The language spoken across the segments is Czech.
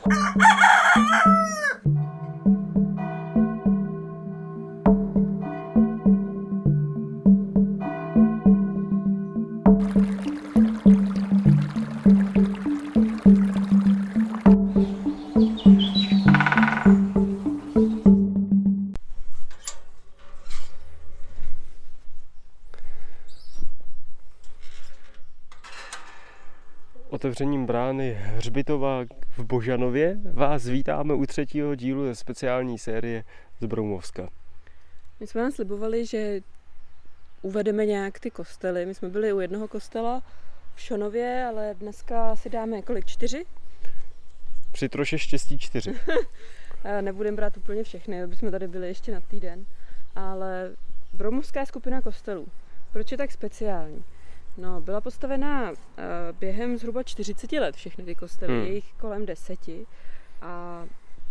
Otevřením brány hřbitova v Božanově vás vítáme u 3. dílu ze speciální série z Broumovska. My jsme vám slibovali, že uvedeme nějak ty kostely. My jsme byli u jednoho kostela v Šonově, ale dneska si dáme kolik? 4? Při troše štěstí 4. Nebudeme brát úplně všechny, aby jsme tady byli ještě na týden. Ale Broumovská skupina kostelů. Proč je tak speciální? No, byla postavená během zhruba 40 let všechny ty kostely, je jich kolem 10. A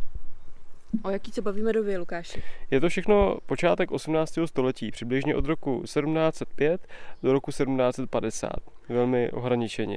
o jaký se bavíme době, Lukáši? Je to všechno počátek 18. století, přibližně od roku 1705 do roku 1750, velmi ohraničeně.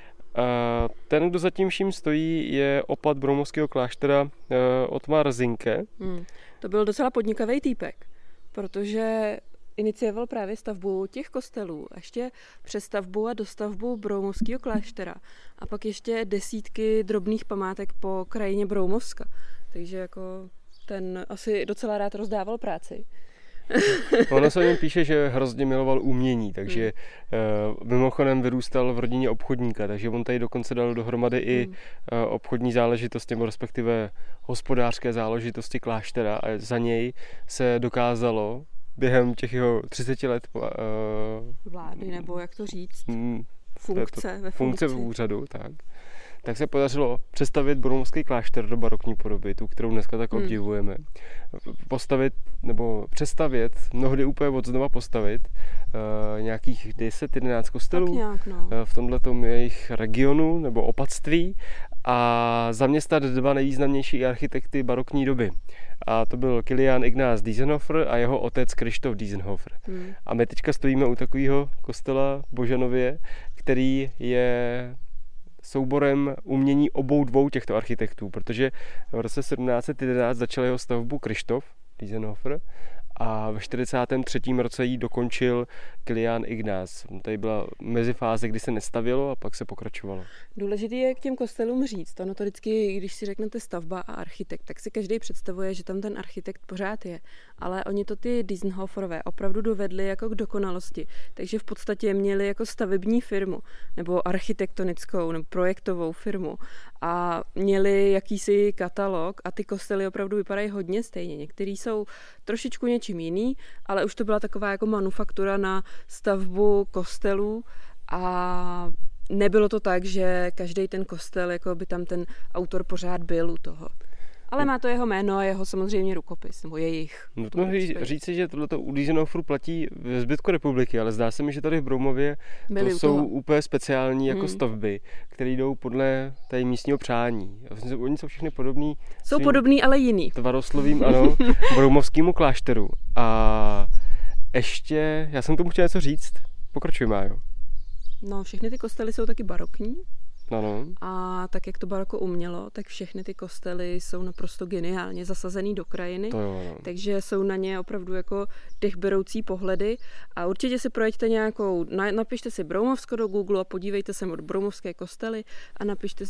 Ten, kdo zatím vším stojí, je opat broumovského kláštera Otmar Zinke. To byl docela podnikavý týpek, protože inicioval právě stavbu těch kostelů, ještě přestavbu a dostavbu broumovského kláštera a pak ještě desítky drobných památek po krajině Broumovska. Takže jako ten asi docela rád rozdával práci. Ono se o něm píše, že hrozně miloval umění, takže mimochodem vyrůstal v rodině obchodníka, takže on tady dokonce dal dohromady i obchodní záležitosti, nebo respektive hospodářské záležitosti kláštera a za něj se dokázalo během těch jeho 30 let vlády, nebo jak to říct, funkce v úřadu, tak se podařilo přestavět broumovský klášter do barokní podoby, tu, kterou dneska tak obdivujeme. Postavit, nebo přestavět, mnohdy úplně od znova postavit nějakých 10-11 kostelů nějak, no. V tomhletom jejich regionu nebo opatství a zaměstnat 2 nejvýznamnější architekty barokní doby. A to byl Kilián Ignác Diessenhofer a jeho otec Krištof Diessenhofer. A my teďka stojíme u takového kostela v Božanově, který je souborem umění obou dvou těchto architektů, protože v roce 1711 začal jeho stavbu Krištof Diessenhofer a ve 43. roce ji dokončil Kilián Ignác. Tady byla mezifáze, kdy se nestavělo a pak se pokračovalo. Důležité je k těm kostelům říct. Ono to vždycky, když si řeknete stavba a architekt, tak si každý představuje, že tam ten architekt pořád je. Ale oni to ty Diessenhoferové opravdu dovedli jako k dokonalosti. Takže v podstatě měli jako stavební firmu, nebo architektonickou, nebo projektovou firmu. A měli jakýsi katalog a ty kostely opravdu vypadají hodně stejně. Některý jsou trošičku něčím jiný, ale už to byla taková jako manufaktura na stavbu kostelů a nebylo to tak, že každý ten kostel, jako by tam ten autor pořád byl u toho. Ale má to jeho jméno a jeho samozřejmě rukopis, nebo jejich. No to mohu říci, že tohleto u Diessenhoferů platí ve zbytku republiky, ale zdá se mi, že tady v Broumově to jsou úplně speciální jako stavby, které jdou podle tady místního přání. Oni jsou všechny podobný. Jsou podobný, ale jiný. Tvaroslovým, ano, broumovskému klášteru. A ještě, já jsem tomu chtěl něco říct. Pokračuj, Májo. No, všechny ty kostely jsou taky barokní. Ano. A tak, jak to baroko umělo, tak všechny ty kostely jsou naprosto geniálně zasazený do krajiny. Takže jsou na ně opravdu jako dechberoucí pohledy. A určitě si projeďte nějakou, napište si Broumovsko do Google a podívejte se od broumovské kostely a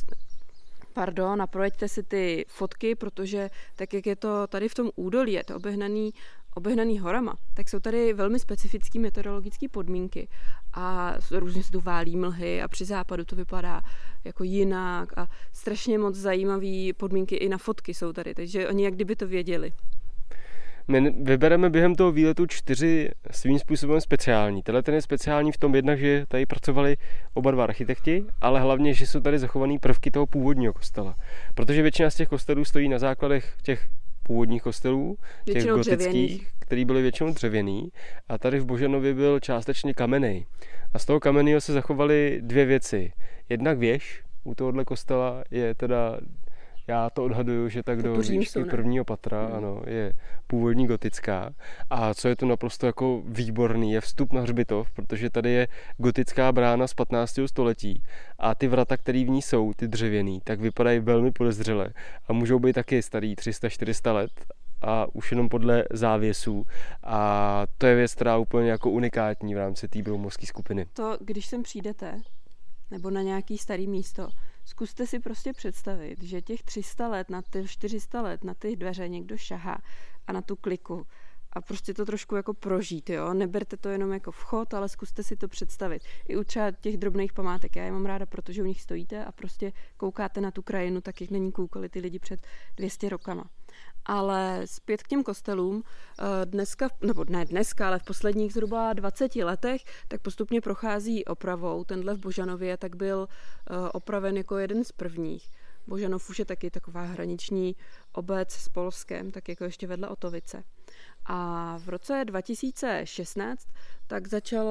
a projeďte si ty fotky, protože tak, jak je to tady v tom údolí, je to obehnaný horama, tak jsou tady velmi specifické meteorologické podmínky a různě zduválí mlhy a při západu to vypadá jako jinak a strašně moc zajímavé podmínky i na fotky jsou tady, takže oni jak kdyby to věděli. My vybereme během toho výletu 4 svým způsobem speciální. Tenhle ten je speciální v tom jednak, že tady pracovali oba 2 architekti, ale hlavně, že jsou tady zachované prvky toho původního kostela. Protože většina z těch kostelů stojí na základech těch původních kostelů, těch gotických, který byly většinou dřevěný a tady v Božanově byl částečně kamenný. A z toho kamenného se zachovaly 2 věci. Jednak věž u tohohle kostela je teda Já to odhaduju, že tak do výšky prvního patra, ano, je původní gotická. A co je to naprosto jako výborný, je vstup na hřbitov, protože tady je gotická brána z 15. století a ty vrata, které v ní jsou, ty dřevěný, tak vypadají velmi podezřele a můžou být taky starý 300-400 let a už jenom podle závěsů. A to je věc, která je úplně jako unikátní v rámci té broumovské skupiny. To, když sem přijdete, nebo na nějaký starý místo, zkuste si prostě představit, že těch 300 let, na ty 400 let, na ty dveře někdo šahá a na tu kliku a prostě to trošku jako prožít, jo. Neberte to jenom jako vchod, ale zkuste si to představit. I u třeba těch drobných památek. Já je mám ráda, protože u nich stojíte a prostě koukáte na tu krajinu, tak jak na ní koukali ty lidi před 200 rokama. Ale zpět k těm kostelům, dneska, nebo ne dneska, ale v posledních zhruba 20 letech, tak postupně prochází opravou. Tenhle v Božanově tak byl opraven jako jeden z prvních. Božanov už je taky taková hraniční obec s Polskem, tak jako ještě vedle Otovice. A v roce 2016 tak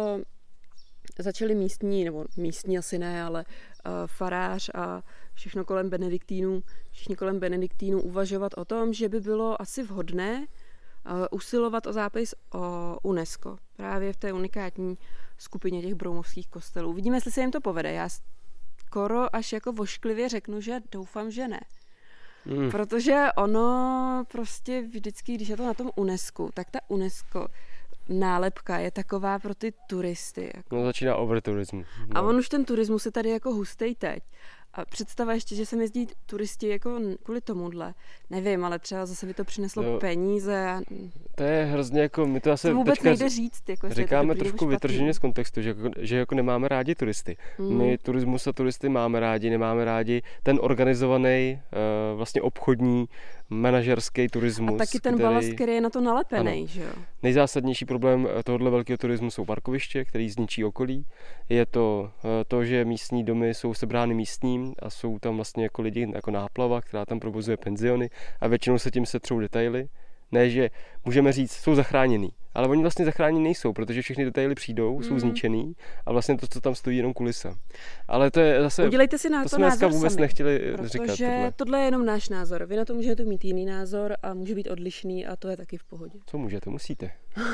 začali místní asi ne, ale farář a všichni kolem benediktínů uvažovat o tom, že by bylo asi vhodné usilovat o zápis o UNESCO, právě v té unikátní skupině těch broumovských kostelů. Vidíme, jestli se jim to povede. Já skoro až jako vošklivě řeknu, že doufám, že ne. Protože ono prostě vždycky, když je to na tom UNESCO, tak ta UNESCO nálepka je taková pro ty turisty. Jako. No začíná overturismu. No. A on už ten turismus je tady jako hustej teď. A představa ještě, že sem jezdí turisti jako kvůli tomuhle. Nevím, ale třeba zase by to přineslo peníze. To je hrozně jako, my to asi vůbec nejde říct. Jako, říkáme trošku vytrženě z kontextu, že jako nemáme rádi turisty. My turismus a turisty máme rádi, nemáme rádi ten organizovaný, vlastně obchodní, manažerský turismus. A taky ten balast, který je na to nalepený, že jo? Nejzásadnější problém tohohle velkého turismu jsou parkoviště, který zničí okolí. Je to, že místní domy jsou sebrány místním a jsou tam vlastně jako lidi, jako náplava, která tam provozuje penziony a většinou se tím setřou detaily. Ne, že můžeme říct, jsou zachráněný, ale oni vlastně zachráněni nejsou, protože všechny detaily přijdou, jsou zničený a vlastně to, co tam stojí, jenom kulisa. Ale to je zase, udělejte si na to jsme dneska vůbec sami, nechtěli říkat. Protože tohle je jenom náš názor. Vy na to můžete mít jiný názor a může být odlišný a to je taky v pohodě. Co můžete, musíte.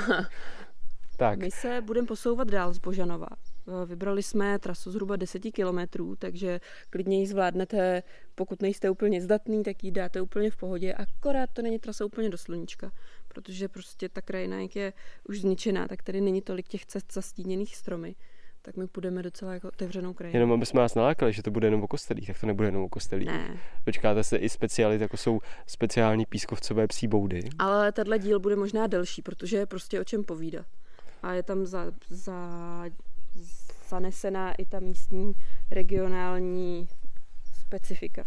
Tak. My se budeme posouvat dál z Božanova. Vybrali jsme trasu zhruba 10 kilometrů, takže klidně ji zvládnete, pokud nejste úplně zdatný, tak ji dáte úplně v pohodě, akorát to není trasa úplně do sluníčka, protože prostě ta krajina, jak je už zničená, tak tady není tolik těch cest zastíněných stromy, tak my půjdeme docela jako otevřenou krajinu. Jenom aby jsme nás nalákali, že to bude jenom o kostelích, tak to nebude jenom o kostelích. Ne. Dočkáte se i specialit, jako jsou speciální pískovcové psí boudy. Ale tenhle díl bude možná delší, protože je prostě o čem povídat. A je tam zanesená i ta místní regionální specifika.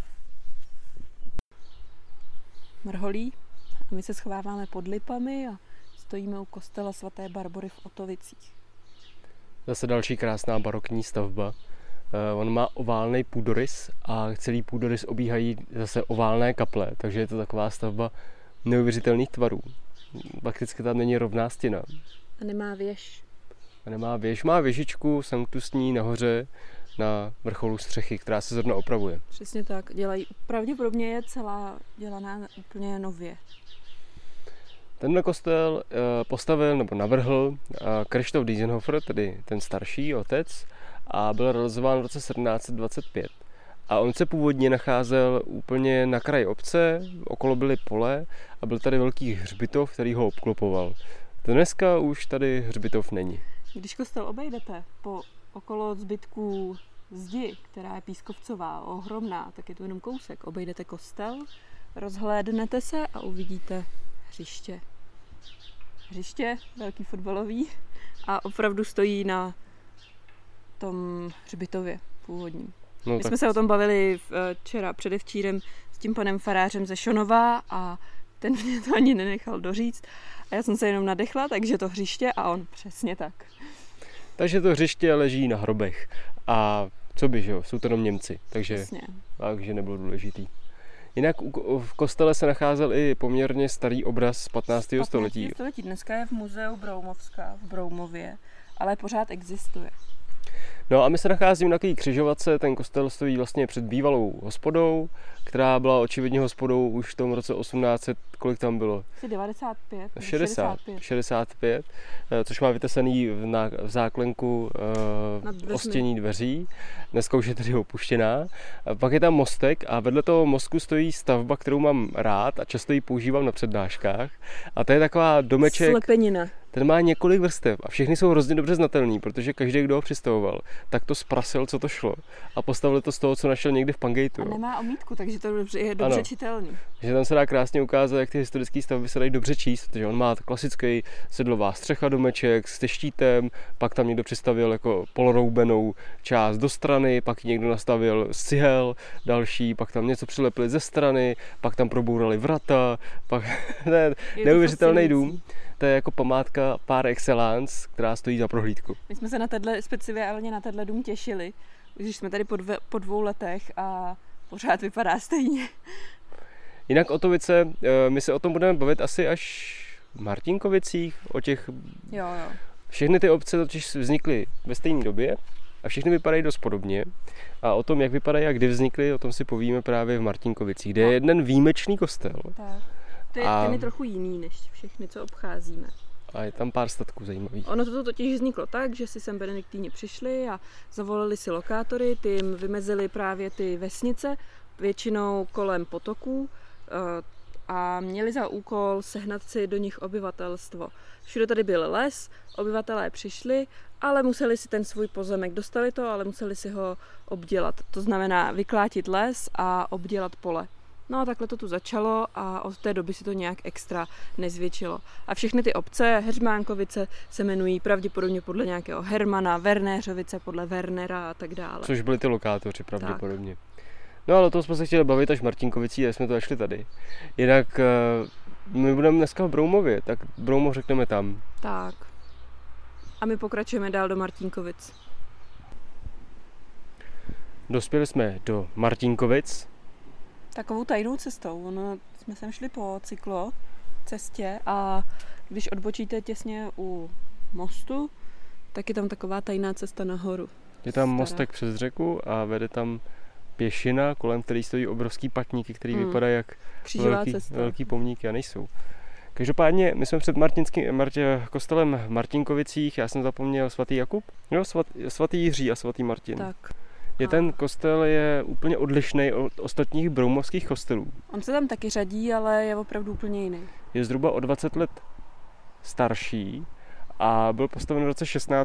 Mrholí a my se schováváme pod lipami a stojíme u kostela svaté Barbory v Otovicích. Zase další krásná barokní stavba. On má oválný půdorys a celý půdorys obíhají zase oválné kaple, takže je to taková stavba neuvěřitelných tvarů. Prakticky tam není rovná stěna. A nemá věž. Má věžičku sanktusní nahoře na vrcholu střechy, která se zrovna opravuje. Přesně tak. Pravděpodobně je celá dělaná úplně nově. Tenhle kostel postavil nebo navrhl Krištof Diessenhofer, tedy ten starší otec, a byl realizován v roce 1725. A on se původně nacházel úplně na kraji obce, okolo byly pole a byl tady velký hřbitov, který ho obklopoval. Dneska už tady hřbitov není. Když kostel obejdete okolo zbytků zdi, která je pískovcová, ohromná, tak je to jenom kousek. Obejdete kostel, rozhlédnete se a uvidíte hřiště. Hřiště, velký fotbalový, a opravdu stojí na tom hřbitově původním. No, my jsme se o tom bavili předevčírem s tím panem farářem ze Šonova a ten mě to ani nenechal doříct. A já jsem se jenom nadechla, takže to hřiště a on přesně tak. Takže to hřiště leží na hrobech. A co by, že jo, jsou to jenom Němci, takže nebylo důležitý. Jinak v kostele se nacházel i poměrně starý obraz z 15. století. Dneska je v muzeu Broumovska v Broumově, ale pořád existuje. No a my se nacházíme na takové křižovatce, ten kostel stojí vlastně před bývalou hospodou, která byla očividně hospodou už v tom roce 1800, kolik tam bylo? 95. 65, což má vytesaný v záklenku ostění dveří. Dneska už je tedy opuštěná. Pak je tam mostek a vedle toho mostku stojí stavba, kterou mám rád a často ji používám na přednáškách. A to je taková domeček. Slepenina. Ten má několik vrstev a všechny jsou hrozně dobře znatelný, protože každý, kdo ho přistavoval, tak to zprasil, co to šlo a postavil to z toho, co našel někde v Pangejtu. A nemá omítku, takže to je dobře čitelný. Že tam se dá krásně ukázat, jak ty historické stavby se dají dobře číst, protože on má klasický sedlová střecha domeček s teštítem, pak tam někdo přistavil jako poloroubenou část do strany, pak ji někdo nastavil z cihel, další, pak tam něco přilepili ze strany, pak tam probourali vrata, pak je neuvěřitelný dům. To je jako památka par excellence, která stojí za prohlídku. My jsme se speciálně na tenhle dům těšili, když jsme tady po 2 letech a pořád vypadá stejně. Jinak Otovice, my se o tom budeme bavit asi až v Martinkovicích, o těch... Jo. Všechny ty obce totiž vznikly ve stejné době a všechny vypadají dost podobně. A o tom, jak vypadají a kdy vznikly, o tom si povíme právě v Martinkovicích, kde je jeden výjimečný kostel. Tak. Ten je trochu jiný než všechny, co obcházíme. A je tam pár statků zajímavých. Ono to totiž vzniklo tak, že si sem benediktíni přišli a zavolali si lokátory, ty jim vymezili právě ty vesnice, většinou kolem potoků, a měli za úkol sehnat si do nich obyvatelstvo. Všude tady byl les, obyvatelé přišli, ale museli si ten svůj pozemek, dostali to, ale museli si ho obdělat. To znamená vyklátit les a obdělat pole. No a takhle to tu začalo a od té doby si to nějak extra nezvětšilo. A všechny ty obce, Heřmánkovice, se jmenují pravděpodobně podle nějakého Hermana, Wernéřovice podle Wernera a tak dále. Což byli ty lokátoři pravděpodobně. Tak. No ale o tom jsme se chtěli bavit až v Martinkovicí a jsme to šli tady. Jinak my budeme dneska v Broumově, tak Broumov řekneme tam. Tak. A my pokračujeme dál do Martinkovic. Dospěli jsme do Martinkovic. Takovou tajnou cestou. Jsme sem šli po cyklocestě a když odbočíte těsně u mostu, tak je tam taková tajná cesta nahoru. Je tam mostek přes řeku a vede tam pěšina, kolem který stojí obrovský patníky, který vypadají jak velký pomníky a nejsou. Každopádně my jsme před kostelem v Martinkovicích, já jsem zapomněl svatý Jakub, svatý Jiří a svatý Martin. Tak. Ten kostel je úplně odlišný od ostatních broumovských kostelů. On se tam taky řadí, ale je opravdu úplně jiný. Je zhruba o 20 let starší a byl postaven v roce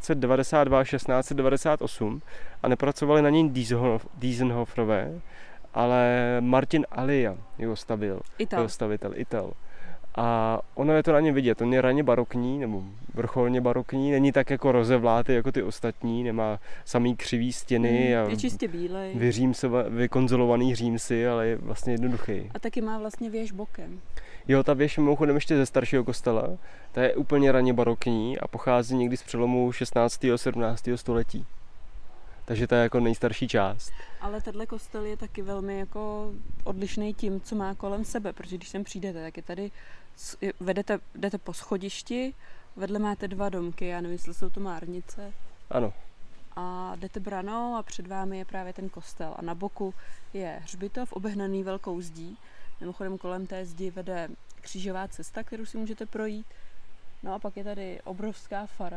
1692-1698 a nepracovali na něj Diesenhoferové, ale Martin Alia jeho stavitel, Ital. A ono je to na něm vidět, on je raně barokní, nebo vrcholně barokní, není tak jako rozevlátý jako ty ostatní, nemá samý křivý stěny je čistě bílej. Vykonzolovaný římsy, ale je vlastně jednoduchý. A taky má vlastně věž bokem. Jo, ta věž mimochodem ještě ze staršího kostela, ta je úplně raně barokní a pochází někdy z přelomu 16. a 17. století. Takže to je jako nejstarší část. Ale tenhle kostel je taky velmi jako odlišný tím, co má kolem sebe, protože když sem přijdete, tak je tady, jdete po schodišti, vedle máte 2 domky, já nevím, jestli jsou to márnice. Ano. A jdete branou a před vámi je právě ten kostel. A na boku je hřbitov obehnaný velkou zdí. Mimochodem kolem té zdi vede křížová cesta, kterou si můžete projít. No a pak je tady obrovská fara,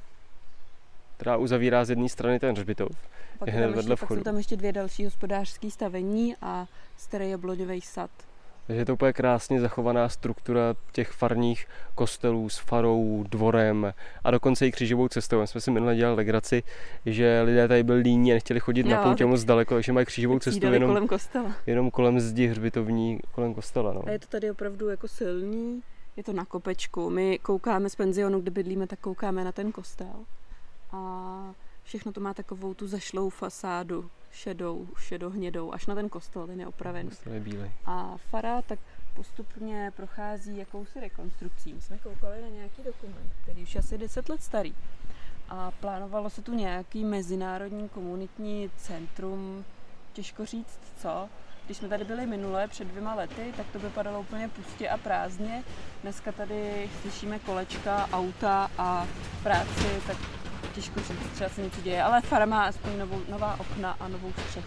která uzavírá z jedné strany ten hřbitov. Pak jsou tam ještě 2 další hospodářské stavení a starý jabloňový sad. Takže je to úplně krásně zachovaná struktura těch farních kostelů s farou, dvorem a dokonce i křížovou cestou. My jsme si minule dělali legraci, že lidé tady byli líní a nechtěli chodit na pouť moc daleko, takže mají křížovou cestu jenom kolem zdi hřbitovní, kolem kostela. No. A je to tady opravdu jako silný, je to na kopečku. My koukáme z penzionu, kde bydlíme, tak koukáme na ten kostel. A všechno to má takovou tu zašlou fasádu, šedohnědou, až na ten kostel, ten je opravený. Kostel je bílej. A fara tak postupně prochází jakousi rekonstrukcí. My jsme koukali na nějaký dokument, který už asi 10 let starý. A plánovalo se tu nějaký mezinárodní komunitní centrum, těžko říct co. Když jsme tady byli minule, před 2 lety, tak to vypadalo úplně pustě a prázdně. Dneska tady slyšíme kolečka, auta a práci, tak těžko říct, třeba se něco děje, ale fara má aspoň nová okna a novou střechu.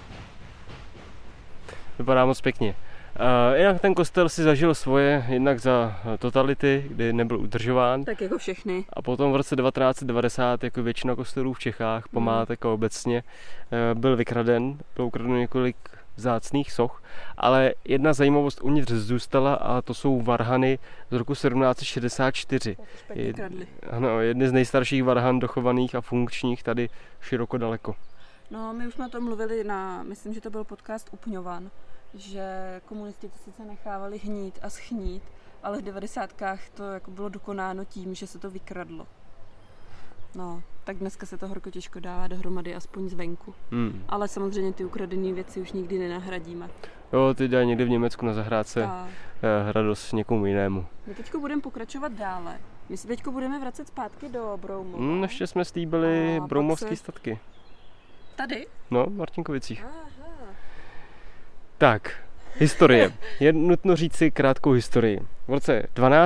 Vypadá moc pěkně. Jinak ten kostel si zažil svoje, jednak za totality, kdy nebyl udržován. Tak jako všechny. A potom v roce 1990, jako většina kostelů v Čechách, památek a obecně, byl vykraden. Bylo ukradeno několik vzácných soch, ale jedna zajímavost uvnitř zůstala a to jsou varhany z roku 1764. Ano, jedny z nejstarších varhan dochovaných a funkčních tady široko daleko. No, my už jsme o tom mluvili myslím, že to byl podcast Upňovan, že komunisti to sice nechávali hnít a schnít, ale v 90kách to jako bylo dokonáno tím, že se to vykradlo. No, tak dneska se to horko těžko dává dohromady, aspoň zvenku. Ale samozřejmě ty ukradené věci už nikdy nenahradíme. Jo, ty dají někdy v Německu na zahrádce radost někomu jinému. My teďko budeme pokračovat dále. My se teďko budeme vracet zpátky do Broumova. Ještě jsme slíbili broumovský statky. Tady? No, v Martinkovicích. Aha. Tak, historie. Je nutno říct si krátkou historii. V roce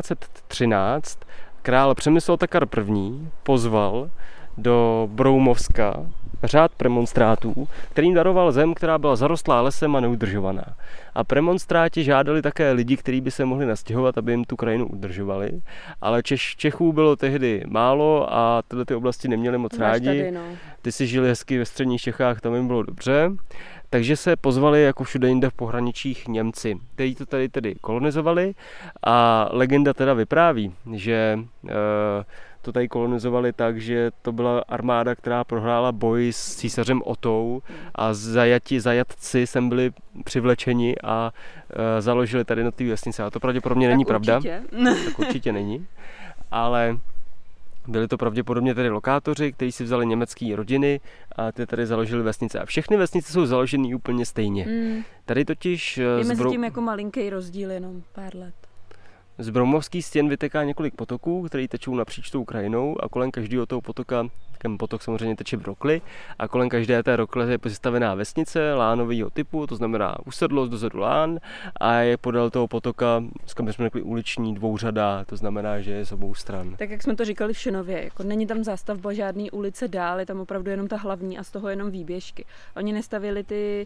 1213 král Přemysl Otakar I. pozval do Broumovska řád premonstrátů, kterým daroval zem, která byla zarostlá lesem a neudržovaná. A premonstráti žádali také lidi, kteří by se mohli nastěhovat, aby jim tu krajinu udržovali. Ale Čechů bylo tehdy málo a tyhle ty oblasti neměli moc rádi. Tady, no. Ty si žili hezky ve středních Čechách, tam jim bylo dobře. Takže se pozvali jako všude jinde v pohraničích Němci, kteří to tady tedy kolonizovali a legenda teda vypráví, že to tady kolonizovali tak, že to byla armáda, která prohrála boj s císařem Otou a zajatci sem byli přivlečeni a založili tady na té vesnice. A to pravděpodobně není pravda. Tak určitě není. Ale byli to pravděpodobně tedy lokátoři, kteří si vzali německé rodiny a ty tady založili vesnice. A všechny vesnice jsou založené úplně stejně. Tady totiž... Je mezi tím jako malinký rozdíl, jenom pár let. Z broumovských stěn vyteká několik potoků, které tečou napříč tou krajinou a kolem každého toho potoka, ten potok samozřejmě teče v rokli a kolem každé té rokle je postavená vesnice lánového typu, to znamená usedlost, dozadu lán a je podél toho potoka, jsme řekli uliční dvouřada, to znamená, že je z obou stran. Tak jak jsme to říkali v Šenově, jako není tam zástavba žádný ulice dál, je tam opravdu jenom ta hlavní a z toho jenom výběžky. Oni nestavili ty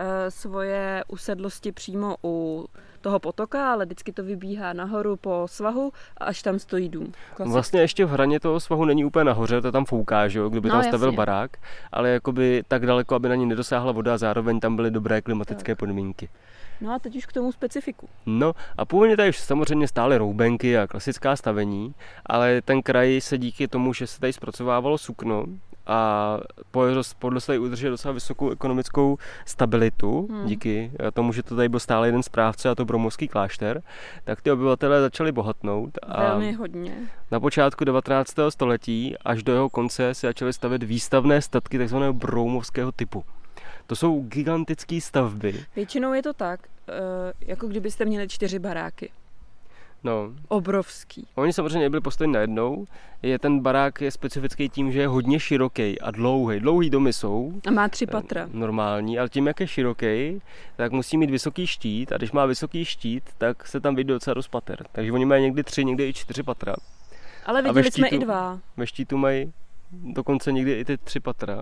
svoje usedlosti přímo u toho potoka, ale vždycky to vybíhá nahoru po svahu a až tam stojí dům. Klasicky. Vlastně ještě v hraně toho svahu není úplně nahoře, to tam fouká, že jo, kdyby tam stavil barák, ale jakoby tak daleko, aby na ní nedosáhla voda a zároveň tam byly dobré klimatické podmínky. No a teď už k tomu specifiku. No a původně tady už samozřejmě stály roubenky a klasická stavení, ale ten kraj se díky tomu, že se tady zpracovávalo sukno a podle se tady udržel docela vysokou ekonomickou stabilitu, díky tomu, že to tady byl stále jeden správce a to Broumovský klášter, tak ty obyvatelé začali bohatnout. Velmi hodně. Na počátku 19. století až do jeho konce se začaly stavět výstavné statky takzvaného broumovského typu. To jsou gigantické stavby. Většinou je to tak, jako kdybyste měli 4 baráky. No. Obrovský. Oni samozřejmě byli postaveni najednou. Ten barák je specifický tím, že je hodně široký a dlouhý. Dlouhý domy jsou. A má 3 patra. Normální, ale tím, jak je široký, tak musí mít vysoký štít a když má vysoký štít, tak se tam vyjde docela dost pater. Takže oni mají někdy 3, někdy i 4 patra. Ale viděli jsme i 2. Ve štítu mají dokonce někdy i ty 3 patra.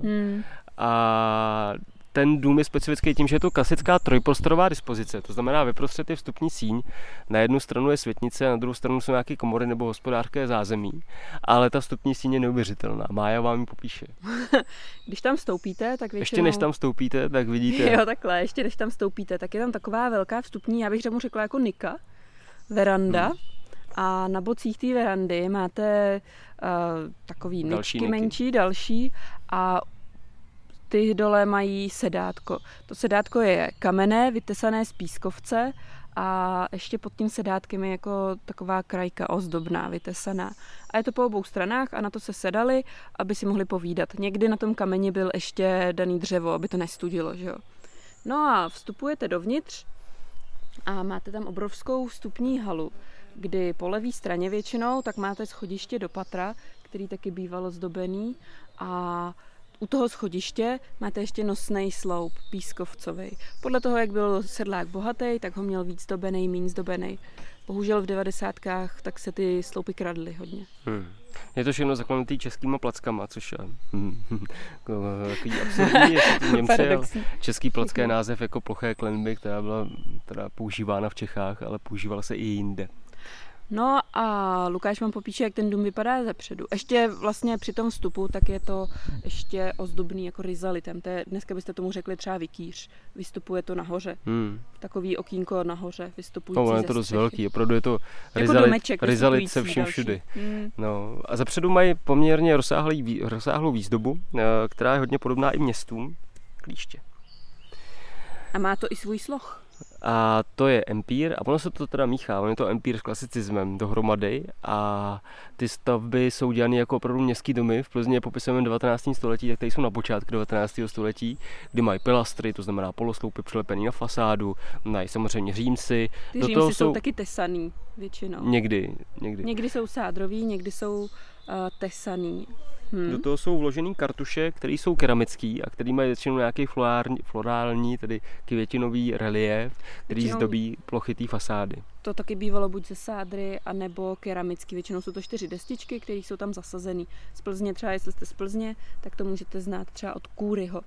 A ten dům je specifický tím, že je to klasická trojprostorová dispozice, to znamená vyprostřed je vstupní síň, na jednu stranu je světnice, na druhou stranu jsou nějaké komory nebo hospodářské zázemí, ale ta vstupní síň je neuvěřitelná, Mája vám ji popíše. Když tam vstoupíte, tak většinou... Ještě než tam vstoupíte, tak vidíte... Jo, takhle, ještě než tam vstoupíte, tak je tam taková velká vstupní, já bych tomu řekla jako nika, veranda. A na bocích té verandy máte takový ničky menší, další a ty dole mají sedátko. To sedátko je kamenné, vytesané z pískovce a ještě pod tím sedátkem je jako taková krajka ozdobná, vytesaná. A je to po obou stranách a na to se sedali, aby si mohli povídat. Někdy na tom kameni byl ještě daný dřevo, aby to nestudilo, že jo. No a vstupujete dovnitř a máte tam obrovskou vstupní halu, kdy po levé straně většinou tak máte schodiště do patra, který taky býval zdobený a u toho schodiště máte ještě nosnej sloup, pískovcovej. Podle toho, jak byl sedlák bohatý, tak ho měl víc zdobený, míň zdobený. Bohužel v 90kách tak se ty sloupy kradly hodně. Je to všechno zaklenutý českýma plackama, což je takový absurdní, jestli to Němci, ale český plack je název jako ploché klenby, která byla teda používána v Čechách, ale používala se i jinde. No a Lukáš vám popíše, jak ten dům vypadá zepředu. Ještě vlastně při tom vstupu, tak je to ještě ozdobný jako rizalitem. Dneska byste tomu řekli třeba vikýř. Vystupuje to nahoře. Takový okýnko nahoře vystupující je to dost velký, opravdu je to rizalit se vším všudy. No, a zepředu mají poměrně rozsáhlou výzdobu, která je hodně podobná i městům. Klíště. A má to i svůj sloh. A to je empír a ono se to teda míchá, on je to empír s klasicismem dohromady a ty stavby jsou dělané jako opravdu městský domy. V Plzni je popisujeme 19. století, tak tady jsou na počátku 19. století, kdy mají pilastry, to znamená polosloupy přilepený na fasádu, mají samozřejmě římsy. Ty římsy jsou taky tesaný většinou. Někdy. Někdy jsou sádrový, někdy jsou tesaný. Do toho jsou vložený kartuše, které jsou keramický a který mají většinou nějaký florální, tedy květinový reliéf, který zdobí plochy té fasády. To taky bývalo buď ze sádry, anebo keramický. Většinou jsou to 4 destičky, které jsou tam zasazený. Z Plzně třeba, jestli jste z Plzně, tak to můžete znát třeba od Kůryho.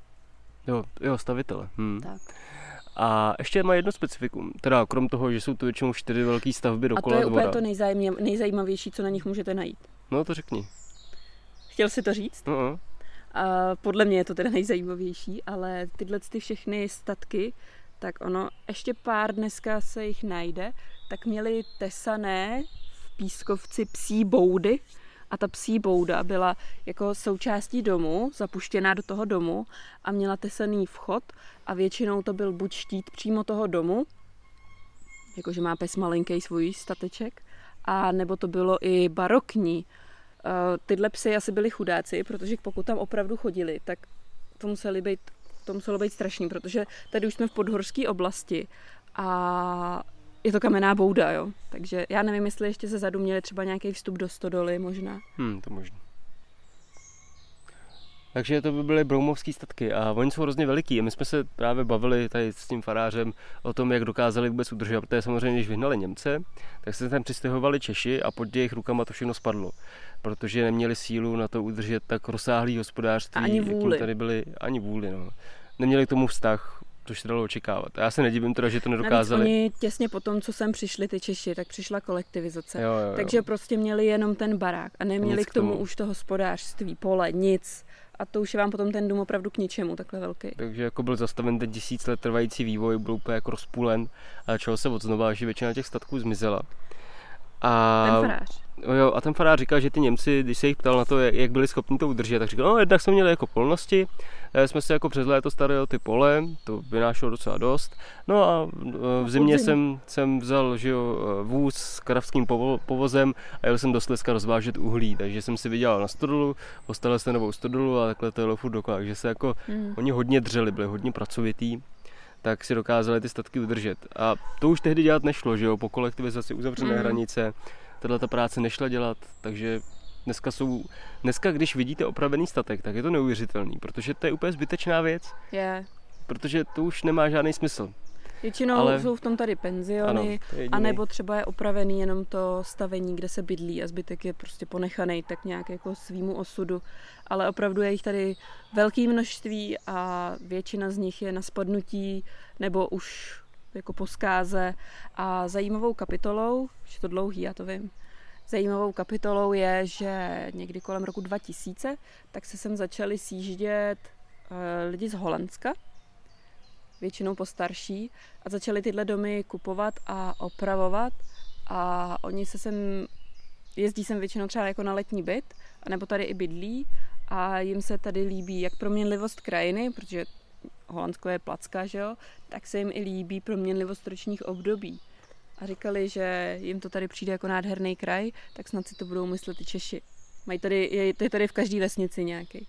Jo, stavitele. Tak. A ještě má jedno specifikum, teda krom toho, že jsou to většinou 4 velké stavby dokola dvora. A to je dvora. úplně to nejzajímavější, co na nich můžete najít. No to řekni. Chtěl si to říct? Uh-huh. A podle mě je to teda nejzajímavější, ale tyhle ty všechny statky, tak ono, ještě pár dneska se jich najde, tak měli tesané v Pískovci psí boudy a ta psí bouda byla jako součástí domu, zapuštěná do toho domu a měla tesaný vchod a většinou to byl buď štít přímo toho domu, jakože má pes malinký svůj stateček, a nebo to bylo i barokní. Tyhle psy asi byli chudáci, protože pokud tam opravdu chodili, tak to muselo být strašný, protože tady už jsme v podhorské oblasti a je to kamenná bouda, jo. Takže já nevím, jestli ještě ze zadu měli třeba nějaký vstup do stodoly možná. To možná. Takže to by byly broumovský statky a oni jsou hrozně veliký a my jsme se právě bavili tady s tím farářem o tom, jak dokázali vůbec udržet, protože samozřejmě, když vyhnali Němce, tak se tam přistěhovali Češi a pod jejich rukama to všechno spadlo, protože neměli sílu na to udržet tak rozsáhlý hospodářství, jakým tady byli, ani vůli. No. Neměli k tomu vztah, což se dalo očekávat. A já se nedivím teda, že to nedokázali. Navíc oni těsně po tom, co sem přišli ty Češi, tak přišla kolektivizace. Jo. Takže prostě měli jenom ten barák a neměli Nic k tomu už to hospodářství, pole, nic. A to už je vám potom ten dům opravdu k ničemu, takhle velký. Takže jako byl zastaven ten 1000 let trvající vývoj, byl úplně jako rozpůlen a začalo se odznova, že většina těch statků zmizela. Ten farář. Jo, a ten farář říkal, že ty Němci, když se jich ptal na to, jak byli schopni to udržet, tak říkal, no jednak jsme měli jako polnosti, jsme se jako přes léto starali o ty pole, to vynášelo docela dost. No a v zimě jsem vzal vůz s kravským povozem a jel jsem do Slezska rozvážet uhlí, takže jsem si vydělal na stodolu, postavil jsem novou stodolu a takhle to jelo furt dokola, takže se jako oni hodně dřeli, byli hodně pracovití, tak si dokázali ty statky udržet. A to už tehdy dělat nešlo, že jo, po kolektivizaci uzavřené hranice, tato práce nešla dělat, takže dneska, když vidíte opravený statek, tak je to neuvěřitelný, protože to je úplně zbytečná věc, protože to už nemá žádný smysl. Většinou jsou v tom tady penziony, anebo třeba je opravený jenom to stavení, kde se bydlí a zbytek je prostě ponechaný tak nějak jako svýmu osudu. Ale opravdu je jich tady velké množství a většina z nich je na spadnutí nebo už jako po zkáze. A zajímavou kapitolou, je to dlouhý, já to vím, zajímavou kapitolou je, že někdy kolem roku 2000 tak se sem začali sjíždět lidi z Holandska, většinou postarší, a začali tyhle domy kupovat a opravovat a oni jezdí sem většinou třeba jako na letní byt, anebo tady i bydlí a jim se tady líbí jak proměnlivost krajiny, protože Holandsko je placka, že jo, tak se jim i líbí proměnlivost ročních období. A říkali, že jim to tady přijde jako nádherný kraj, tak snad si to budou myslet i Češi. Je tady v každé vesnici nějaký.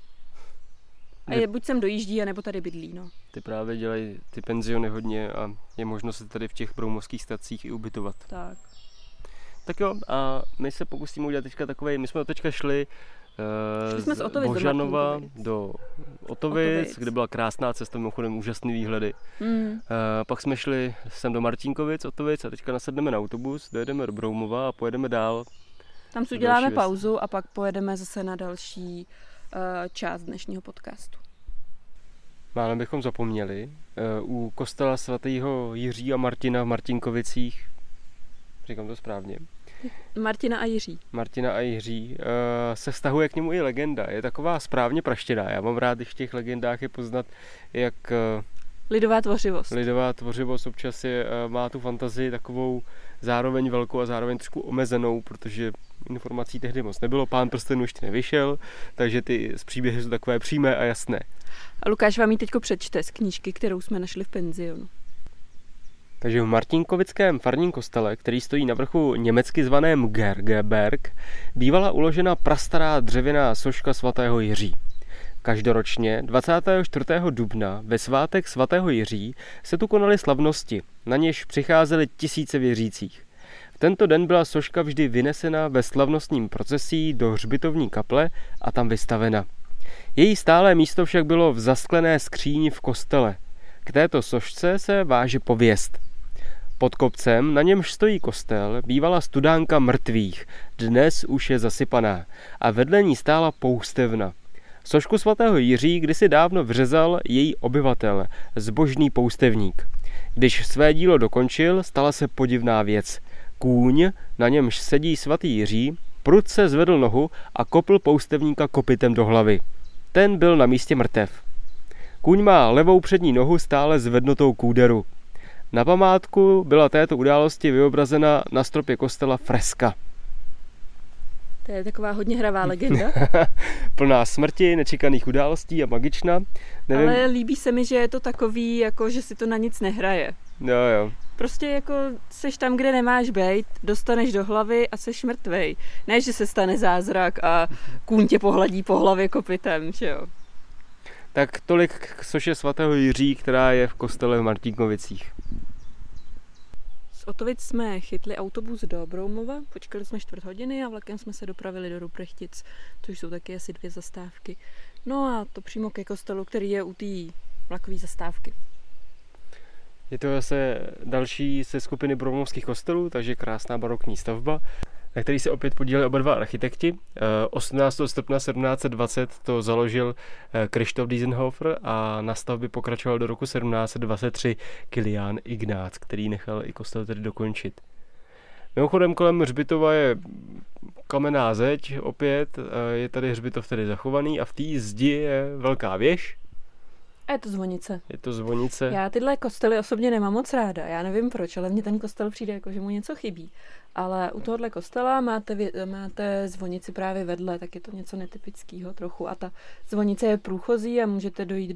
A buď sem dojíždí, anebo tady bydlí, no. Ty právě dělají ty penziony hodně a je možno se tady v těch broumovských stacích i ubytovat. Tak. Tak jo, a my se pokusíme udělat teďka takovej, my jsme teďka šli Šli jsme z Otovic Božanova do Otovic, kde byla krásná cesta, mimochodem úžasný výhledy. Pak jsme šli sem do Martinkovic, Otovic a teďka nasedneme na autobus, dojedeme do Broumova a pojedeme dál. Tam si uděláme pauzu a pak pojedeme zase na další část dnešního podcastu. Málem bychom zapomněli, u kostela svatého Jiří a Martina v Martinkovicích, říkám to správně, Martina a Jiří se vztahuje k němu i legenda. Je taková správně praštěná. Já mám rád, když v těch legendách je poznat, jak lidová tvořivost občas má tu fantazii takovou zároveň velkou a zároveň trošku omezenou, protože informací tehdy moc nebylo. Pán prstenů ještě nevyšel, takže ty z příběhy jsou takové přímé a jasné. A Lukáš vám ji teďko přečte z knížky, kterou jsme našli v penzionu. Takže v Martinkovickém farním kostele, který stojí na vrchu německy zvaném Gergeberg, bývala uložena prastará dřevěná soška svatého Jiří. Každoročně 24. dubna ve svátek svatého Jiří se tu konaly slavnosti, na něž přicházely tisíce věřících. V tento den byla soška vždy vynesena ve slavnostním procesí do hřbitovní kaple a tam vystavena. Její stálé místo však bylo v zasklené skříni v kostele. K této sošce se váže pověst. Pod kopcem, na němž stojí kostel, bývala studánka mrtvých, dnes už je zasypaná, a vedle ní stála poustevna. Sošku svatého Jiří kdysi dávno vřezal její obyvatel, zbožný poustevník. Když své dílo dokončil, stala se podivná věc. Kůň, na němž sedí svatý Jiří, prudce zvedl nohu a kopl poustevníka kopytem do hlavy. Ten byl na místě mrtev. Kůň má levou přední nohu stále zvednutou k úderu. Na památku byla této události vyobrazena na stropě kostela freska. To je taková hodně hravá legenda. Plná smrti, nečekaných událostí a magična. Nevím. Ale líbí se mi, že je to takový, jako že si to na nic nehraje. Jo. Prostě jako seš tam, kde nemáš bejt, dostaneš do hlavy a seš mrtvej. Ne, že se stane zázrak a kůň tě pohladí po hlavě kopytem, že jo. Tak tolik k soše svatého Jiří, která je v kostele v Martinkovicích. Z Otovic jsme chytli autobus do Broumova, počkali jsme 4 hodiny a vlakem jsme se dopravili do Ruprechtic, což jsou taky asi 2 zastávky. No a to přímo ke kostelu, který je u té vlakové zastávky. Je to zase další ze skupiny broumovských kostelů, takže krásná barokní stavba, na který se opět podíleli oba dva architekti. 18. srpna 1720 to založil Krištof Diesenhofer a na stavbě pokračoval do roku 1723 Kilián Ignác, který nechal i kostel tedy dokončit. Mimochodem kolem hřbitova je kamenná zeď, opět je tady hřbitov tedy zachovaný a v té zdi je velká věž. A je to zvonice. Je to zvonice. Já tyhle kostely osobně nemám moc ráda. Já nevím proč, ale mně ten kostel přijde jako, že mu něco chybí. Ale u tohohle kostela máte zvonici právě vedle, tak je to něco netypického trochu. A ta zvonice je průchozí a můžete dojít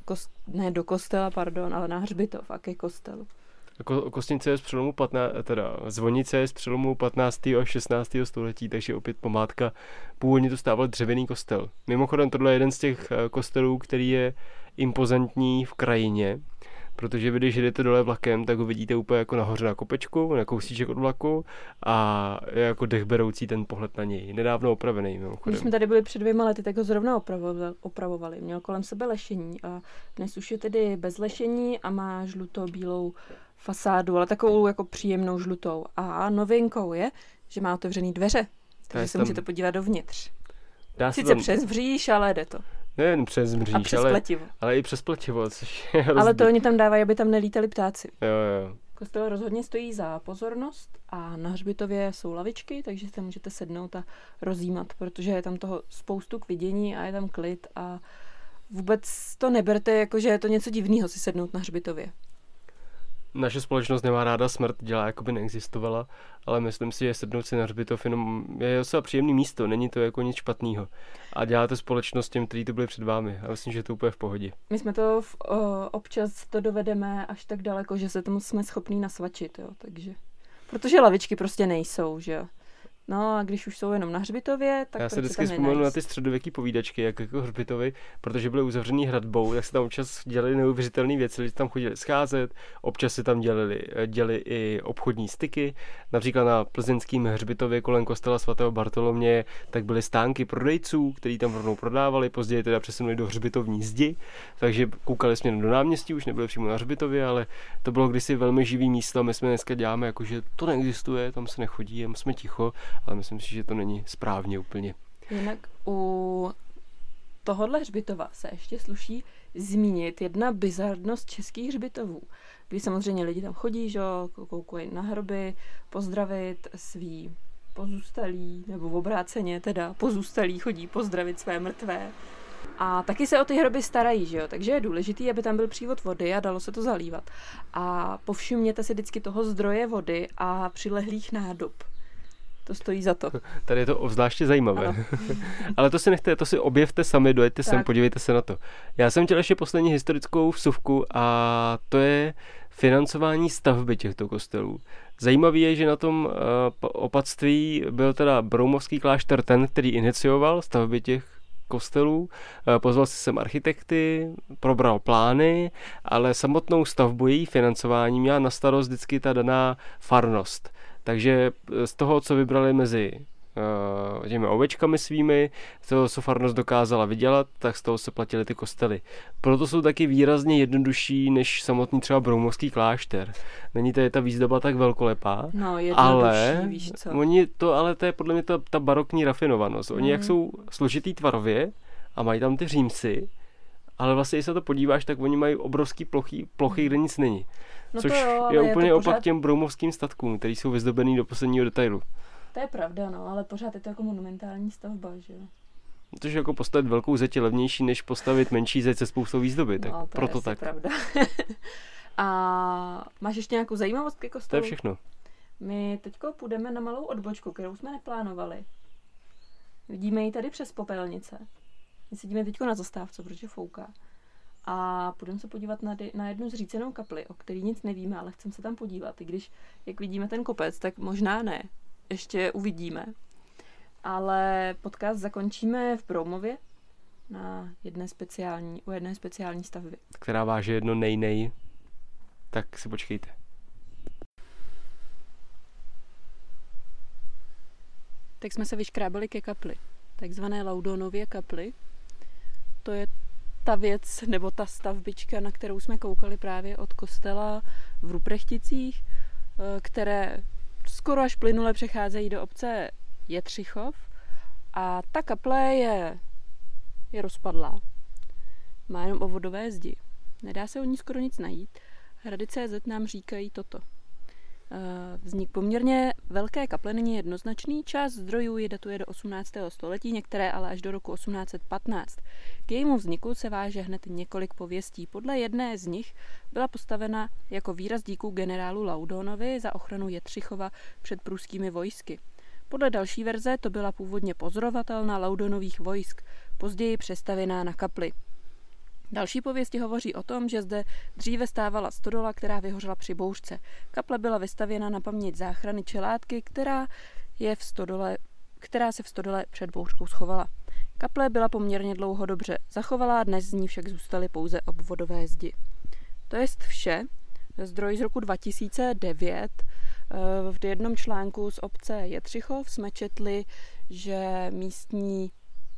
do kostela, ale na hřbitov a ke kostelu. Kostnice je z přelomu zvonice je z přelomu 15. a 16. století, takže opět památka. Původně to stával dřevěný kostel. Mimochodem tohle je jeden z těch kostelů, který je impozantní v krajině, protože vy, když jdete dole vlakem, tak ho vidíte úplně jako nahoře na kopečku, na kousíček od vlaku a je jako dechberoucí ten pohled na něj. Nedávno opravený mimochodem. Když jsme tady byli před 2 lety, tak ho zrovna opravovali. Měl kolem sebe lešení a dnes už je tedy bez lešení a má žluto-bílou fasádu, ale takovou jako příjemnou žlutou. A novinkou je, že má otevřený dveře, takže se můžete podívat dovnitř. Sice přes mříž, ale jde to. Nejen přes mříž, ale i přes pletivo. Ale to oni tam dávají, aby tam nelítali ptáci. Jo. Kostel rozhodně stojí za pozornost a na hřbitově jsou lavičky, takže se můžete sednout a rozjímat, protože je tam toho spoustu k vidění a je tam klid a vůbec to neberte, jako že je to něco divného si sednout na hřbitově. Naše společnost nemá ráda smrt, dělá jako by neexistovala, ale myslím si, že sednout si na hřbitov jenom je docela příjemný místo, není to jako nic špatného. A děláte společnost těm, kteří to byli před vámi. A myslím, že je to úplně v pohodě. My jsme to občas to dovedeme až tak daleko, že se tomu jsme schopní nasvačit, jo, takže. Protože lavičky prostě nejsou, že jo. No a když už jsou jenom na hřbitově, tak já se vždycky vzpomenu na ty středověký povídačky, jak jako hřbitovy, protože byly uzavřený hradbou, tak se tam občas dělali neuvěřitelné věci, lidi tam chodili scházet, občas se tam dělali i obchodní styky, například na plzeňském hřbitově kolem kostela svatého Bartoloměje, tak byly stánky prodejců, kteří tam rovnou prodávali, později teda přesunuli do hřbitovní zdi, takže koukali jsme do náměstí, už nebyli přímo na hřbitově, ale to bylo kdysi velmi živý místo, my jsme dneska děláme jako, že to neexistuje, tam se nechodí, jen jsme ticho, ale myslím si, že to není správně úplně. Jinak u tohohle hřbitova se ještě sluší zmínit jedna bizarnost českých hřbitovů, kdy samozřejmě lidi tam chodí, že koukují na hroby, pozdravit svý pozůstalí, nebo v obráceně teda pozůstalí chodí pozdravit své mrtvé. A taky se o ty hroby starají, že jo? Takže je důležitý, aby tam byl přívod vody a dalo se to zalívat. A povšimněte si vždycky toho zdroje vody a přilehlých nádob. To stojí za to. Tady je to obzvláště zajímavé. Ale to si nechte, to si objevte sami, dojďte sem, podívejte se na to. Já jsem chtěl ještě poslední historickou vsuvku a to je financování stavby těchto kostelů. Zajímavé je, že na tom opatství byl teda broumovský klášter ten, který inicioval stavby těch kostelů, pozval si sem architekty, probral plány, ale samotnou stavbu, její financování měla na starost vždycky ta daná farnost. Takže z toho, co vybrali mezi těmi ovečkami svými, z toho, co farnost dokázala vydělat, tak z toho se platily ty kostely. Proto jsou taky výrazně jednodušší než samotný třeba broumovský klášter. Není to ta výzdoba tak velkolepá, no, ale víš co? Ale to je podle mě ta barokní rafinovanost. Oni jak jsou složitý tvarově a mají tam ty římsy, ale vlastně, když se to podíváš, tak oni mají obrovský plochy, kde nic není. No což jo, je úplně opak těm broumovským statkům, který jsou vyzdobený do posledního detailu. To je pravda, no, ale pořád je to jako monumentální stavba, že jo? Protože jako postavit velkou zeď je levnější, než postavit menší zeď se spoustou výzdoby, tak no, proto je tak. Pravda. A máš ještě nějakou zajímavost ke kostelu? To je všechno. My teďko půjdeme na malou odbočku, kterou jsme neplánovali. Vidíme ji tady přes popelnice. My sedíme teďko na zastávce, protože fouká. A půjdeme se podívat na jednu zřícenou kapli, o který nic nevíme, ale chceme se tam podívat. I když, jak vidíme ten kopec, tak možná ne. Ještě uvidíme. Ale podcast zakončíme v Broumově u jedné speciální stavby. Která váže jedno nej. Tak si počkejte. Tak jsme se vyškrábali ke kapli. Takzvané Laudonově kapli. To je ta věc, nebo ta stavbička, na kterou jsme koukali právě od kostela v Ruprechticích, které skoro až plynule přecházejí do obce Jetřichov. A ta kaple je rozpadlá. Má jenom obvodové zdi. Nedá se o ní skoro nic najít. Hrady.cz nám říkají toto. Vznik poměrně velké kaple není jednoznačný, část zdrojů je datuje do 18. století, některé ale až do roku 1815. K jejímu vzniku se váže hned několik pověstí. Podle jedné z nich byla postavena jako výraz díků generálu Laudonovi za ochranu Jetřichova před pruskými vojsky. Podle další verze to byla původně pozorovatelna Laudonových vojsk, později přestavěná na kapli. Další pověsti hovoří o tom, že zde dříve stávala stodola, která vyhořela při bouřce. Kaple byla vystavěna na paměť záchrany čelátky, která se v stodole před bouřkou schovala. Kaple byla poměrně dlouho dobře zachovalá, dnes z ní však zůstaly pouze obvodové zdi. To je vše. Zdroj z roku 2009. V jednom článku z obce Jetřichov jsme četli, že místní,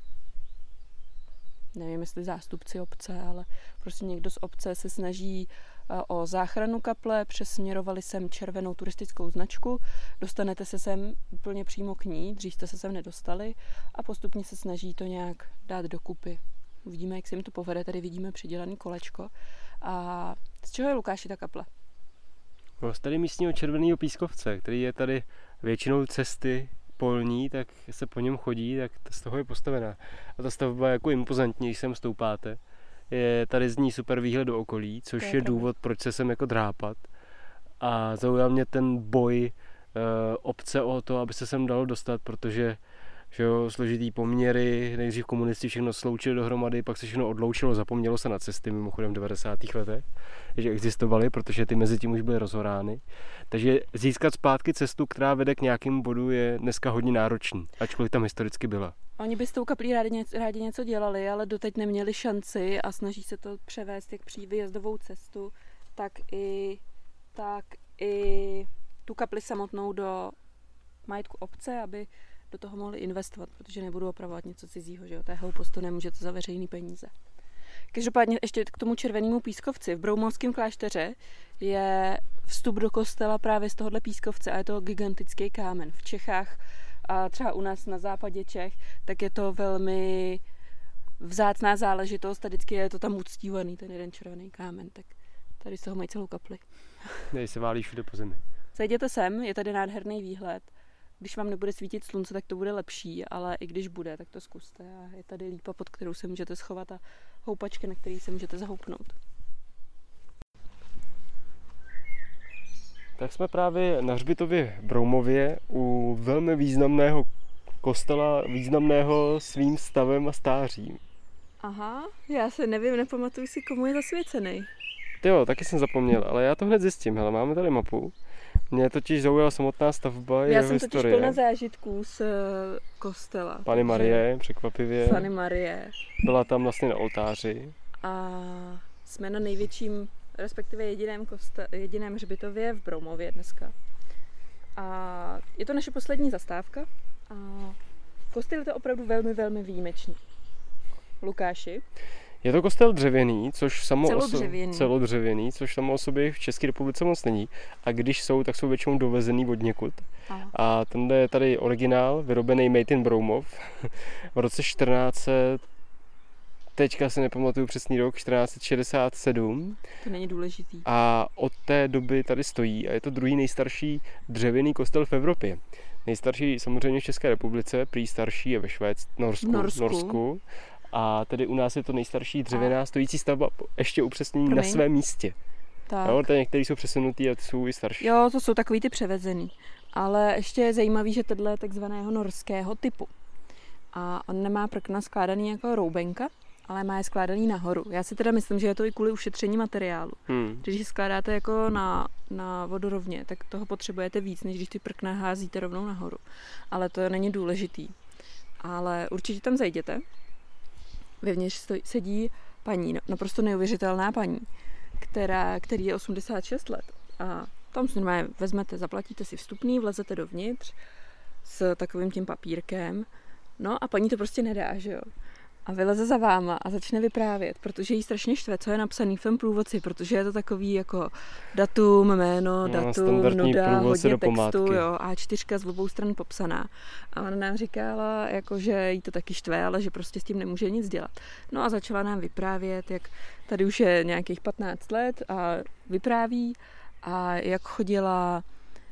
nevím, jestli zástupci obce, ale prostě někdo z obce se snaží o záchranu kaple, přesměrovali sem červenou turistickou značku, dostanete se sem úplně přímo k ní, dřív jste se sem nedostali a postupně se snaží to nějak dát dokupy. Uvidíme, jak se jim to povede, tady vidíme přidělaný kolečko. A z čeho je, Lukáši, ta kaple? Z tady místního červeného pískovce, který je tady většinou cesty polní, tak se po něm chodí, tak z toho je postavená. A ta stavba je jako impozantní, když sem stoupáte. Je tady z ní super výhled do okolí, což je důvod, proč se sem jako drápat. A zaujal mě ten boj obce o to, aby se sem dalo dostat, protože že jo, složitý poměry, nejdřív komunisti všechno sloučili dohromady, pak se všechno odloučilo, zapomnělo se na cesty mimochodem v 90. letech, že existovaly, protože ty mezi tím už byly rozhorány. Takže získat zpátky cestu, která vede k nějakému bodu, je dneska hodně náročný, ačkoliv tam historicky byla. Oni by s tou kaplí rádi něco dělali, ale doteď neměli šanci a snaží se to převést jak při výjezdovou cestu, tak i tu kapli samotnou do majetku obce, aby do toho mohli investovat, protože nebudou opravovat něco cizího, že jo, to je hloupost, to nemůžete za veřejný peníze. Každopádně ještě k tomu červenému pískovci. V Broumovském klášteře je vstup do kostela právě z tohohle pískovce a je to gigantický kámen. V Čechách a třeba u nás na západě Čech, tak je to velmi vzácná záležitost, tady vždycky je to tam uctívaný, ten jeden červený kámen, tak tady z toho mají celou kapli. Nej se válí všude po zemi. Zajděte sem, je tady nádherný výhled. Když vám nebude svítit slunce, tak to bude lepší, ale i když bude, tak to zkuste. A je tady lípa, pod kterou se můžete schovat a houpačky, na který se můžete zahoupnout. Tak jsme právě na hřbitově v Broumově u velmi významného kostela, významného svým stavem a stářím. Aha, já se nevím, nepamatuju si, komu je zasvěcený. Jo, taky jsem zapomněl, ale já to hned zjistím. Hele, máme tady mapu. Mě totiž zaujala samotná stavba, já jeho historie. Já jsem totiž plná zážitků z kostela. Panny Marie, překvapivě. Panny Marie. Byla tam vlastně na oltáři. A jsme na největším, respektive jediném hřbitově v Broumově dneska. A je to naše poslední zastávka. A kostel je to opravdu velmi, velmi výjimečný. Lukáši? Je to kostel dřevěný, což celodřevěný, což samo o sobě v České republice moc není. A když jsou, tak jsou většinou dovezený od někud. Aha. A tenhle je tady originál, vyrobený Made in Broumov v roce 1400, teďka si nepamatuju přesný rok, 1467. To není důležitý. A od té doby tady stojí a je to druhý nejstarší dřevěný kostel v Evropě. Nejstarší samozřejmě v České republice, prý starší je ve Norsku. A tedy u nás je to nejstarší dřevěná stojící stavba, ještě upřesnění na svém místě. Tak. Jo, tady některý jsou přesunutý a jsou i starší. Jo, to jsou takový ty převezený. Ale ještě je zajímavý, že tohle je takzvaného norského typu. A on nemá prkna skládaný jako roubenka, ale má je skládaný nahoru. Já si teda myslím, že je to i kvůli ušetření materiálu. Když je skládáte jako na vodorovně, tak toho potřebujete víc, než když ty prkna házíte rovnou nahoru. Ale to není důležitý. Ale určitě tam zajděte. Vevnitř sedí paní, naprosto neuvěřitelná paní, který je 86 let. A tam si normálně vezmete, zaplatíte si vstupný, vlezete dovnitř s takovým tím papírkem. No a paní to prostě nedá, že jo. A vyleze za váma a začne vyprávět, protože jí strašně štve, co je napsaný v tom průvodci, protože je to takový jako datum, jméno, nuda, hodně textu, jo, A4 z obou stran popsaná. A ona nám říkala, jako, že jí to taky štve, ale že prostě s tím nemůže nic dělat. No a začala nám vyprávět, jak tady už je nějakých 15 let a vypráví a jak chodila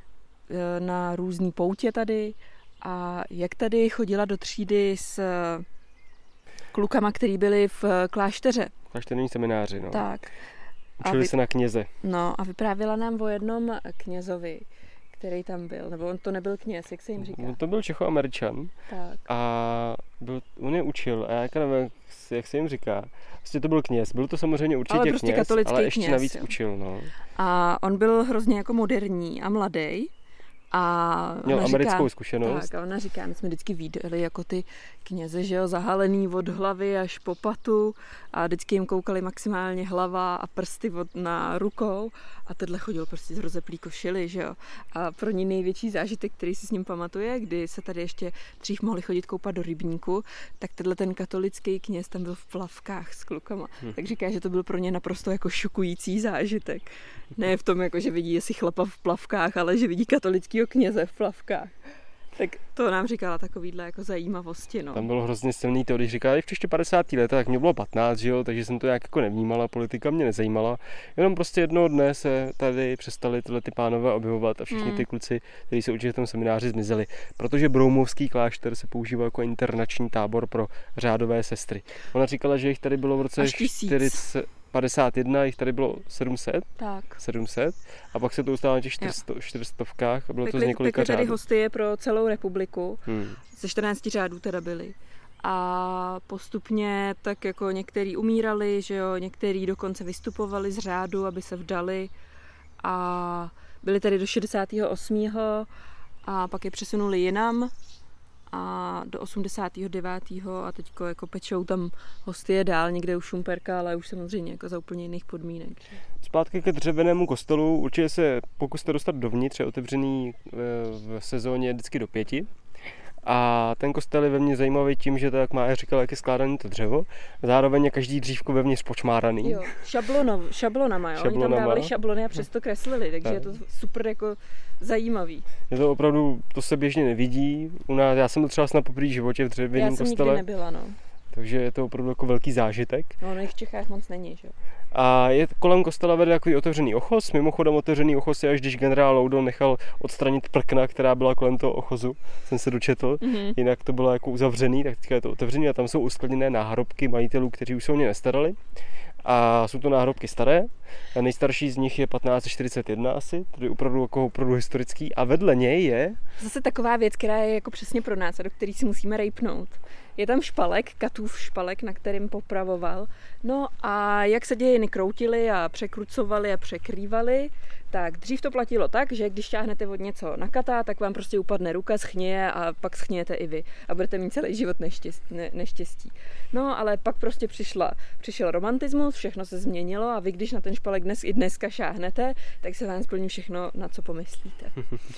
na různý poutě tady a jak tady chodila do třídy s klukama, který byli v klášteře. Klášterní semináři, no. Tak. Učili se na kněze. No a vyprávěla nám o jednom knězovi, který tam byl, nebo on to nebyl kněz, jak se jim říká? To byl Čechoameričan. Tak. A on je učil, a já nevím, jak se jim říká. Vlastně to byl kněz, byl to samozřejmě určitě ale prostě kněz, ale ještě kněz, navíc jo. Učil, no. A on byl hrozně jako moderní a mladý. A měl americkou zkušenost. Tak, a ona říká, my jsme vždycky viděli jako ty kněze, že jo, zahalený od hlavy až po patu a vždycky jim koukali maximálně hlava a prsty na rukou a tenhle chodil prostě z rozeplý košily, že jo. A pro ní největší zážitek, který si s ním pamatuje, kdy se tady ještě dřív mohli chodit koupat do rybníku, tak tenhle ten katolický kněz tam byl v plavkách s klukama. Tak říká, že to byl pro ně naprosto jako šokující zážitek. Ne v tom, jako, že vidí jestli chlapa v plavkách, ale že vidí katolického kněze v plavkách. Tak to nám říkala takovýhle jako zajímavosti, no. Tam bylo hrozně silný to, když říkala, že v ještě 50. letech, tak mě bylo 15, že jo, takže jsem to nějak jako nevnímala, politika mě nezajímala. Jenom prostě jednoho dne se tady přestali tyhle ty pánové objevovat a všichni ty kluci, kteří se učili v tom semináři, zmizeli. Protože Broumovský klášter se používal jako internační tábor pro řádové sestry. Ona říkala, že jich tady bylo v roce 40. 51, jich tady bylo 700. Tak. 700. A pak se to ustávalo na těch 400 a bylo to z několika řádů. Tady hostie pro celou republiku. Ze 14 řádů teda byli. A postupně tak jako některý umírali, že jo, některý dokonce vystupovali z řádu, aby se vdali. A byli tady do 68. a pak je přesunuli jinam a do 89. a teďko jako pečou tam hostie dál, někde u Šumperka, ale už samozřejmě jako za úplně jiných podmínek. Zpátky ke dřevěnému kostelu, určitě se pokuste dostat dovnitř, je otevřený v sezóně vždycky do 5. A ten kostel je vevnitř zajímavý tím, že to, jak Mája říkala, jak je skládaný to dřevo. Zároveň je každý dřívko vevnitř počmáraný. Jo, šablonama, jo. Oni tam dávali šablony a přesto kreslili, takže je to super jako zajímavý. Je to opravdu, to se běžně nevidí. U nás, já jsem to třeba snad poprvé v životě v dřevěném kostele. Já jsem nikdy nebyla, no. Takže je to opravdu jako velký zážitek. No, v Čechách moc není, že jo. A je kolem kostela vede takový otevřený ochos. Mimochodem otevřený ochos je, až když generál Loudon nechal odstranit prkna, která byla kolem toho ochozu, jsem se dočetl. Jinak to bylo jako uzavřený, tak teďka je to otevřený a tam jsou uskladněné náhrobky majitelů, kteří už se o ně nestarali. A jsou to náhrobky staré. A nejstarší z nich je 1541 asi, tedy opravdu historický. A vedle něj je zase taková věc, která je jako přesně pro nás a do který si musíme rejpnout. Je tam špalek, Katův špalek, na kterým popravoval. No a jak se dějiny kroutily a překrucovali a překrývali, tak dřív to platilo tak, že když šáhnete od něco na kata, tak vám prostě upadne ruka, schněje a pak schnějete i vy. A budete mít celý život neštěstí. No ale pak prostě přišel romantismus, všechno se změnilo a vy, když na ten špalek dneska šáhnete, tak se vám splní všechno, na co pomyslíte.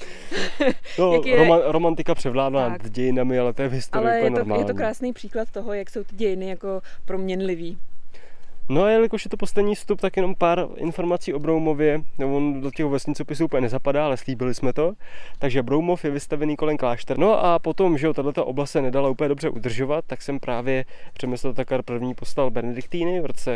No, romantika převládla nad dějinami, ale to je v historii ale normální. Je to krásný příklad toho, jak jsou ty dějiny jako proměnlivý. No a jelikož je to poslední vstup, tak jenom pár informací o Broumově. No, on do těch vesnicopisů úplně nezapadá, ale slíbili jsme to. Takže Broumov je vystavený kolem kláštera. No a potom, že tato oblast se nedala úplně dobře udržovat, tak jsem právě Přemysl Takar první postavil Benediktíny v roce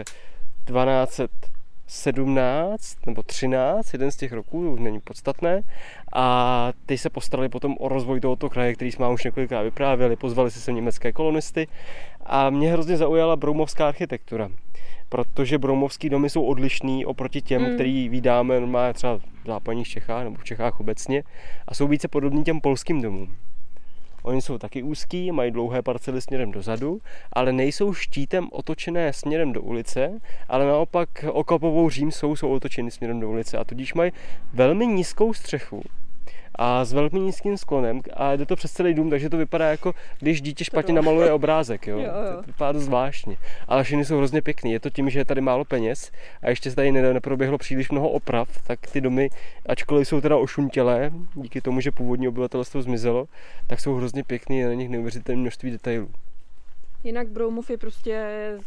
1217 nebo 13, jeden z těch roků, už není podstatné. A ty se postarali potom o rozvoj tohoto kraje, který jsme už několikrát vyprávěli, pozvali si sem německé kolonisty. A mě hrozně zaujala broumovská architektura. Protože broumovský domy jsou odlišný oproti těm, který vídáme normálně třeba v západních Čechách nebo v Čechách obecně a jsou více podobní těm polským domům. Oni jsou taky úzký, mají dlouhé parcely směrem dozadu, ale nejsou štítem otočené směrem do ulice, ale naopak oklapovou římsou jsou otočeny směrem do ulice a tudíž mají velmi nízkou střechu a s velmi nízkým sklonem a jde to přes celý dům, takže to vypadá jako když dítě špatně namaluje obrázek, jo. To vypadá dost zvláštně. Ale všechny jsou hrozně pěkný. Je to tím, že je tady málo peněz a ještě se tady neproběhlo příliš mnoho oprav, tak ty domy, ačkoliv jsou teda ošuntělé, díky tomu, že původní obyvatelstvo zmizelo, tak jsou hrozně pěkný a na nich neuvěřitelné množství detailů. Jinak Broumov je prostě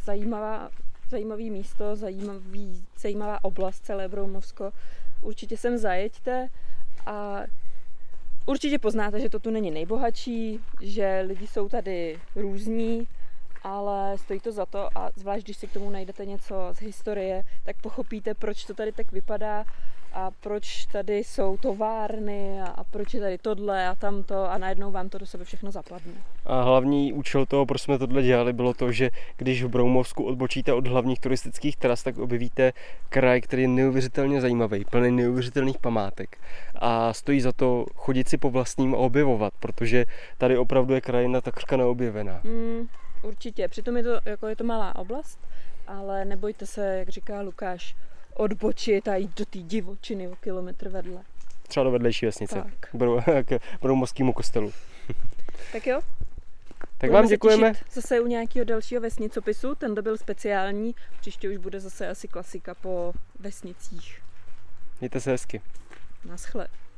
zajímavý místo, zajímavá oblast, celé Broumovsko. Určitě sem zajeďte a určitě poznáte, že to tu není nejbohatší, že lidi jsou tady různí, ale stojí to za to a zvlášť, když si k tomu najdete něco z historie, tak pochopíte, proč to tady tak vypadá a proč tady jsou továrny a proč je tady tohle a tamto a najednou vám to do sebe všechno zapadne. A hlavní účel toho, proč jsme tohle dělali, bylo to, že když v Broumovsku odbočíte od hlavních turistických tras, tak objevíte kraj, který je neuvěřitelně zajímavý, plný neuvěřitelných památek. A stojí za to chodit si po vlastním a objevovat, protože tady opravdu je krajina takřka neobjevená. Určitě, přitom je to malá oblast, ale nebojte se, jak říká Lukáš, odbočit a jít do té divočiny o kilometr vedle. Třeba do vedlejší vesnice, k Broumovskému kostelu. Tak jo. Tak vám děkujeme. Zase u nějakého dalšího vesnicopisu, ten byl speciální, příště už bude zase asi klasika po vesnicích. Mějte se hezky. Naschle.